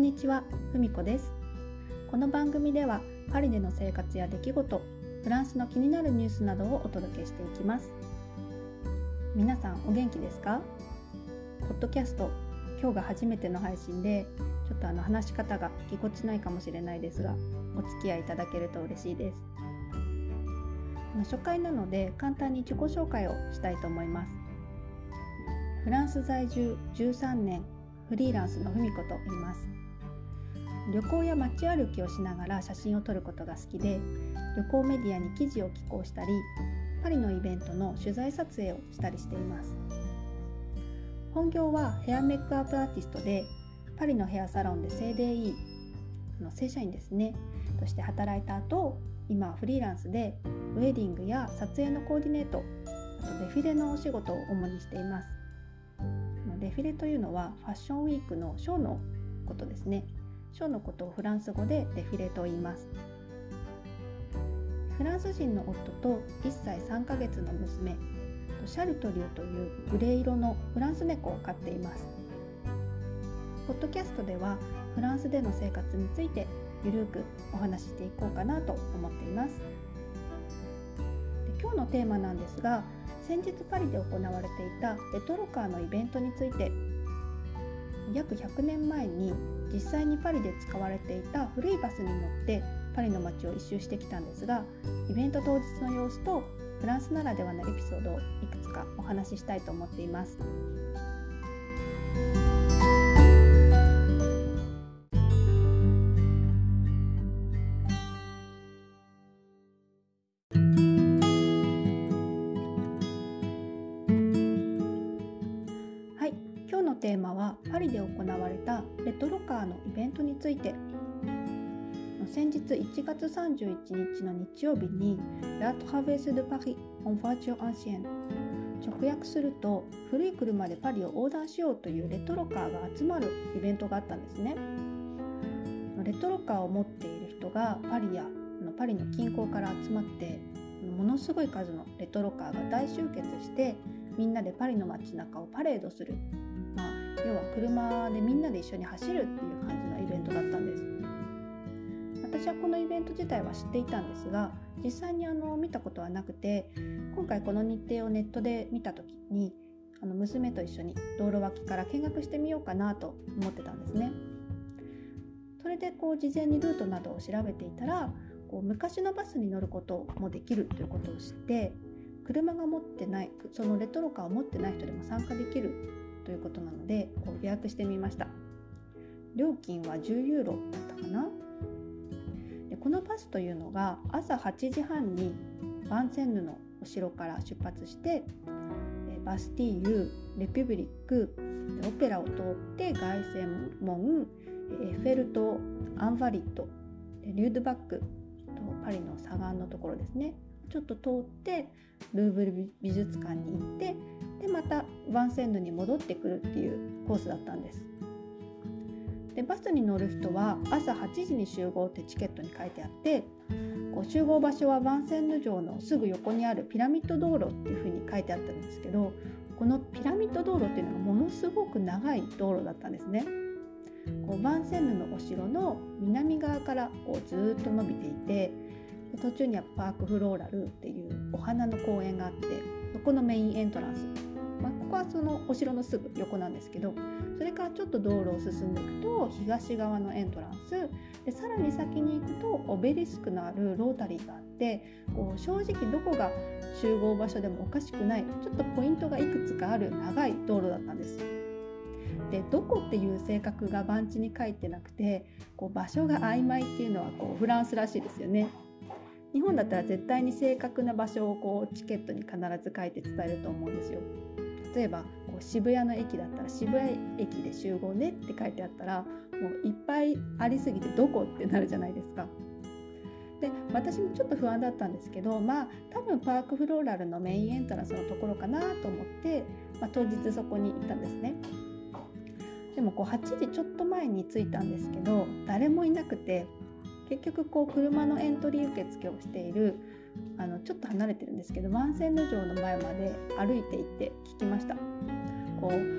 んにちは、ふみこです。この番組ではパリでの生活や出来事、フランスの気になるニュースなどをお届けしていきます。皆さんお元気ですか？ポッドキャスト、今日が初めての配信でちょっと話し方がぎこちないかもしれないですが、お付き合いいただけると嬉しいです。初回なので簡単に自己紹介をしたいと思います。フランス在住13年、フリーランスのふみこと言います。旅行や街歩きをしながら写真を撮ることが好きで、旅行メディアに記事を寄稿したり、パリのイベントの取材撮影をしたりしています。本業はヘアメイクアップアーティストで、パリのヘアサロンで正デイ正社員ですねとして働いた後、今はフリーランスでウェディングや撮影のコーディネート、あとデフィレのお仕事を主にしています。デフィレというのはファッションウィークのショーのことですね。ショーのことをフランス語でデフィレと言います。フランス人の夫と1歳3ヶ月の娘、シャルトリューというグレー色のフランス猫を飼っています。ポッドキャストではフランスでの生活についてゆるくお話ししていこうかなと思っています。今日のテーマなんですが、先日パリで行われていたレトロカーのイベントについて、約100年前に実際にパリで使われていた古いバスに乗ってパリの街を一周してきたんですが、イベント当日の様子とフランスならではのエピソードをいくつかお話ししたいと思っています。今日のテーマはパリで行われたレトロカーのイベントについて。先日1月31日の日曜日にラ・トラベース・ド・パリ・オン・ヴァーチュー・アンシエン、直訳すると古い車でパリを横断しようというレトロカーが集まるイベントがあったんですね。レトロカーを持っている人がパリの近郊から集まって、ものすごい数のレトロカーが大集結して、みんなでパリの街中をパレードする、要は車でみんなで一緒に走るっていう感じのイベントだったんです。私はこのイベント自体は知っていたんですが、実際に見たことはなくて、今回この日程をネットで見た時に娘と一緒に道路脇から見学してみようかなと思ってたんですね。それで事前にルートなどを調べていたら、昔のバスに乗ることもできるということを知って、車が持ってない、そのレトロカーを持ってない人でも参加できるということなので予約してみました。料金は10ユーロだったかな。でこのバスというのが朝8時半にヴァンセンヌのお城から出発して、バスティーユ、レピュブリック、オペラを通って凱旋門、エッフェル塔、アンヴァリット、リュードバックとパリの左岸のところですね、ちょっと通ってルーブル美術館に行って、でまたヴァンセンヌに戻ってくるっていうコースだったんです。でバスに乗る人は朝8時に集合ってチケットに書いてあって、集合場所はヴァンセンヌ城のすぐ横にあるピラミッド道路っていうふうに書いてあったんですけど、このピラミッド道路っていうのがものすごく長い道路だったんですね。ヴァンセンヌのお城の南側からずっと伸びていて、途中にはパークフローラルっていうお花の公園があって、そこのメインエントランス、ここはそのお城のすぐ横なんですけど、それからちょっと道路を進んでいくと東側のエントランスで、さらに先に行くとオベリスクのあるロータリーがあって、正直どこが集合場所でもおかしくない、ちょっとポイントがいくつかある長い道路だったんです。でどこっていう性格が番地に書いてなくて、場所が曖昧っていうのはフランスらしいですよね。日本だったら絶対に正確な場所をチケットに必ず書いて伝えると思うんですよ。例えば渋谷の駅だったら渋谷駅で集合ねって書いてあったら、もういっぱいありすぎてどこってなるじゃないですか。で私もちょっと不安だったんですけど、多分パークフローラルのメインエントランスのところかなと思って、当日そこに行ったんですね。でも8時ちょっと前に着いたんですけど、誰もいなくて、結局車のエントリー受付をしているちょっと離れてるんですけど、ヴァンセンヌ城の前まで歩いて行って聞きました。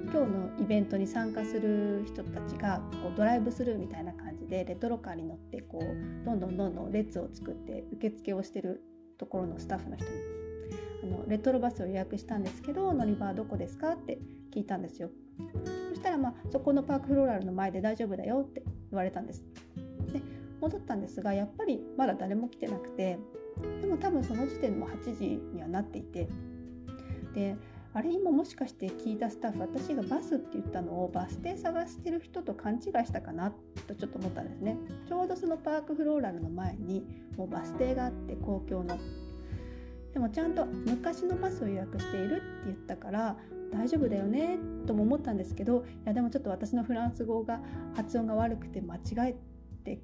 今日のイベントに参加する人たちがこうドライブスルーみたいな感じでレトロカーに乗ってこうどんどん列を作って受付をしてるところのスタッフの人にレトロバスを予約したんですけど乗り場はどこですかって聞いたんですよ。そしたらそこのパークフローラルの前で大丈夫だよって言われたんです。で戻ったんですがやっぱりまだ誰も来てなくて、でも多分その時点でも8時にはなっていて、であれ今もしかして聞いたスタッフ、私がバスって言ったのをバス停探してる人と勘違いしたかなとちょっと思ったんですね。ちょうどそのパークフローラルの前にもうバス停があって公共の、でもちゃんと昔のバスを予約しているって言ったから大丈夫だよねとも思ったんですけど、いやでもちょっと私のフランス語が発音が悪くて間違えて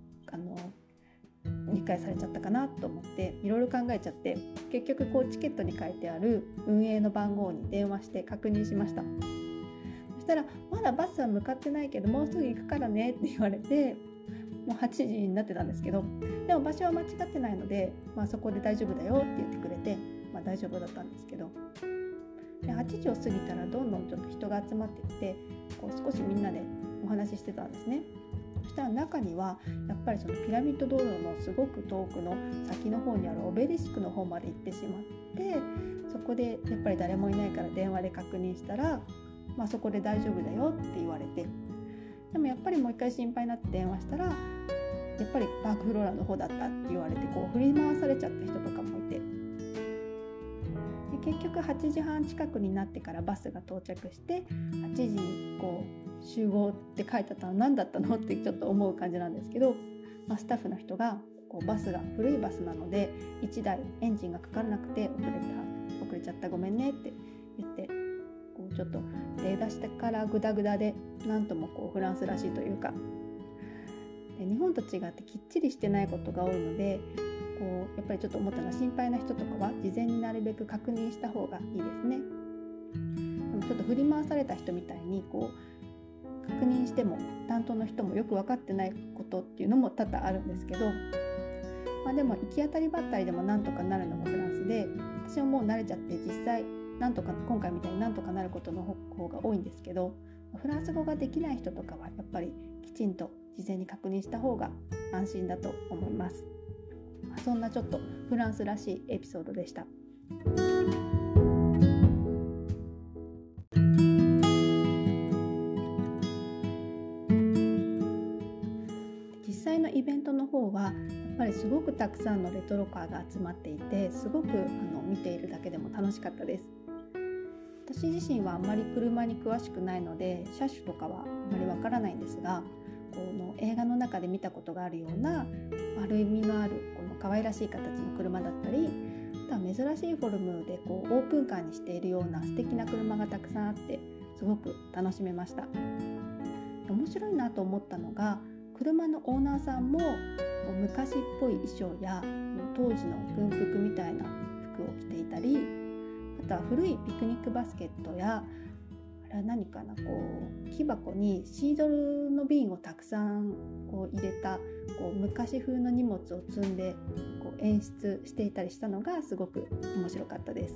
理解されちゃったかなと思っていろいろ考えちゃって、結局こうチケットに書いてある運営の番号に電話して確認しました。そしたらまだバスは向かってないけどもうすぐ行くからねって言われて、もう8時になってたんですけど、でも場所は間違ってないので、そこで大丈夫だよって言ってくれて、大丈夫だったんですけど、で8時を過ぎたらどんどんちょっと人が集まってきてこう少しみんなでお話ししてたんですね。そしたら中にはやっぱりそのピラミッド道路のすごく遠くの先の方にあるオベリスクの方まで行ってしまって、そこでやっぱり誰もいないから電話で確認したら、そこで大丈夫だよって言われて、でもやっぱりもう一回心配になって電話したらやっぱりパークフローラの方だったって言われて、こう振り回されちゃった人とかもいて、で結局8時半近くになってからバスが到着して8時にこう集合って書いてあったの何だったのってちょっと思う感じなんですけど、スタッフの人がこうバスが古いバスなので1台エンジンがかからなくて遅れちゃったごめんねって言って、こうちょっと出だしてからグダグダでなんともこうフランスらしいというか、日本と違ってきっちりしてないことが多いので、こうやっぱりちょっと思ったのは心配な人とかは事前になるべく確認した方がいいですね。でもちょっと振り回された人みたいにこう確認しても担当の人もよく分かってないことっていうのも多々あるんですけど、でも行き当たりばったりでもなんとかなるのがフランスで、私はもう慣れちゃって実際なんとか今回みたいになんとかなることの方が多いんですけど、フランス語ができない人とかはやっぱりきちんと事前に確認した方が安心だと思います。そんなちょっとフランスらしいエピソードでした。実際のイベントの方はやっぱりすごくたくさんのレトロカーが集まっていて、すごく見ているだけでも楽しかったです。私自身はあんまり車に詳しくないので車種とかはあんまりわからないんですが、この映画の中で見たことがあるような丸みのあるこの可愛らしい形の車だったり、あとは珍しいフォルムでこうオープンカーにしているような素敵な車がたくさんあってすごく楽しめました。面白いなと思ったのが、車のオーナーさんも昔っぽい衣装や当時の軍服みたいな服を着ていたり、あとは古いピクニックバスケットやあれは何かな、こう木箱にシードルの瓶をたくさんこう入れたこう昔風の荷物を積んでこう演出していたりしたのがすごく面白かったです。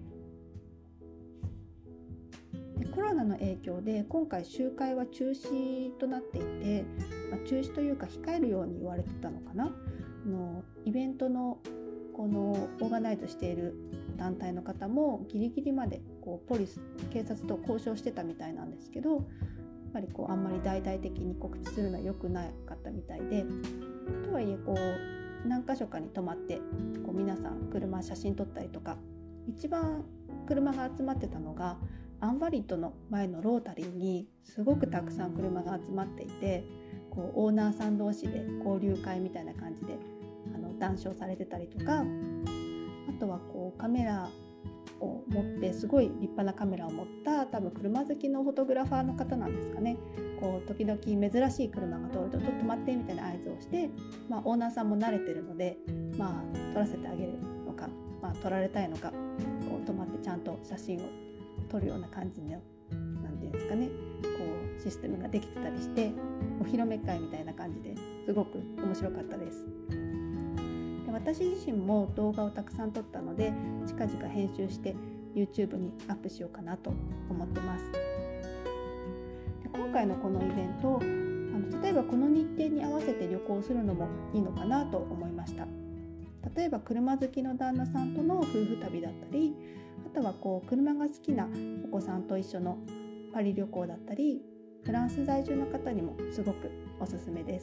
コロナの影響で今回集会は中止となっていて、中止というか控えるように言われてたのかな。イベントのこのオーガナイズしている団体の方もギリギリまでこう警察と交渉してたみたいなんですけど、やっぱりこうあんまり大々的に告知するのは良くなかったみたいで、とはいえこう何か所かに泊まってこう皆さん写真撮ったりとか、一番車が集まってたのがアンバリットの前のロータリーにすごくたくさん車が集まっていて、こうオーナーさん同士で交流会みたいな感じで談笑されてたりとか、あとはこうカメラを持ってすごい立派なカメラを持った多分車好きのフォトグラファーの方なんですかね。こう時々珍しい車が通るとちょっと止まってみたいな合図をして、オーナーさんも慣れてるので、撮らせてあげるのか、撮られたいのか、こう止まってちゃんと写真を撮るような感じのなんていうんですかね、こうシステムができてたりして、お披露目会みたいな感じですごく面白かったです。で私自身も動画をたくさん撮ったので近々編集して YouTube にアップしようかなと思ってます。で今回のこのイベント、例えばこの日程に合わせて旅行するのもいいのかなと思いました。例えば車好きの旦那さんとの夫婦旅だったり、あとは車が好きなお子さんと一緒のパリ旅行だったり、フランス在住の方にもすごくおすすめです。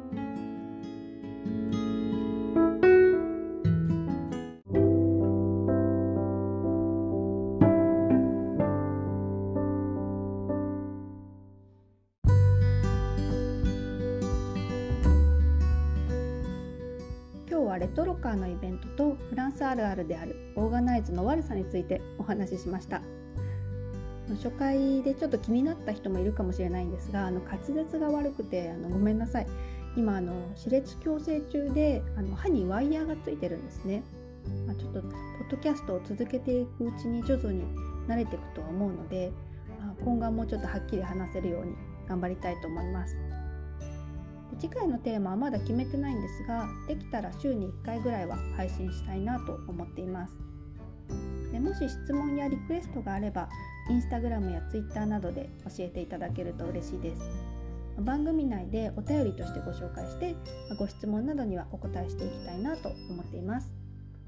今日はレトロカーのイベントとフランスあるあるであるオーガナイズの悪さについてお話ししました。初回でちょっと気になった人もいるかもしれないんですが、滑舌が悪くてごめんなさい。今歯列矯正中で歯にワイヤーがついてるんですね。ちょっとポッドキャストを続けていくうちに徐々に慣れていくとは思うので、今後はもうちょっとはっきり話せるように頑張りたいと思います。次回のテーマはまだ決めてないんですが、できたら週に1回ぐらいは配信したいなと思っています。でもし質問やリクエストがあれば、インスタグラムやツイッターなどで教えていただけると嬉しいです。番組内でお便りとしてご紹介して、ご質問などにはお答えしていきたいなと思っています。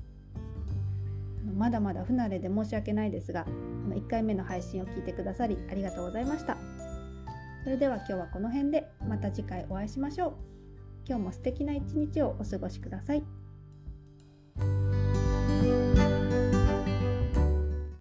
まだまだ不慣れで申し訳ないですが、1回目の配信を聞いてくださりありがとうございました。それでは今日はこの辺で、また次回お会いしましょう。今日も素敵な一日をお過ごしください。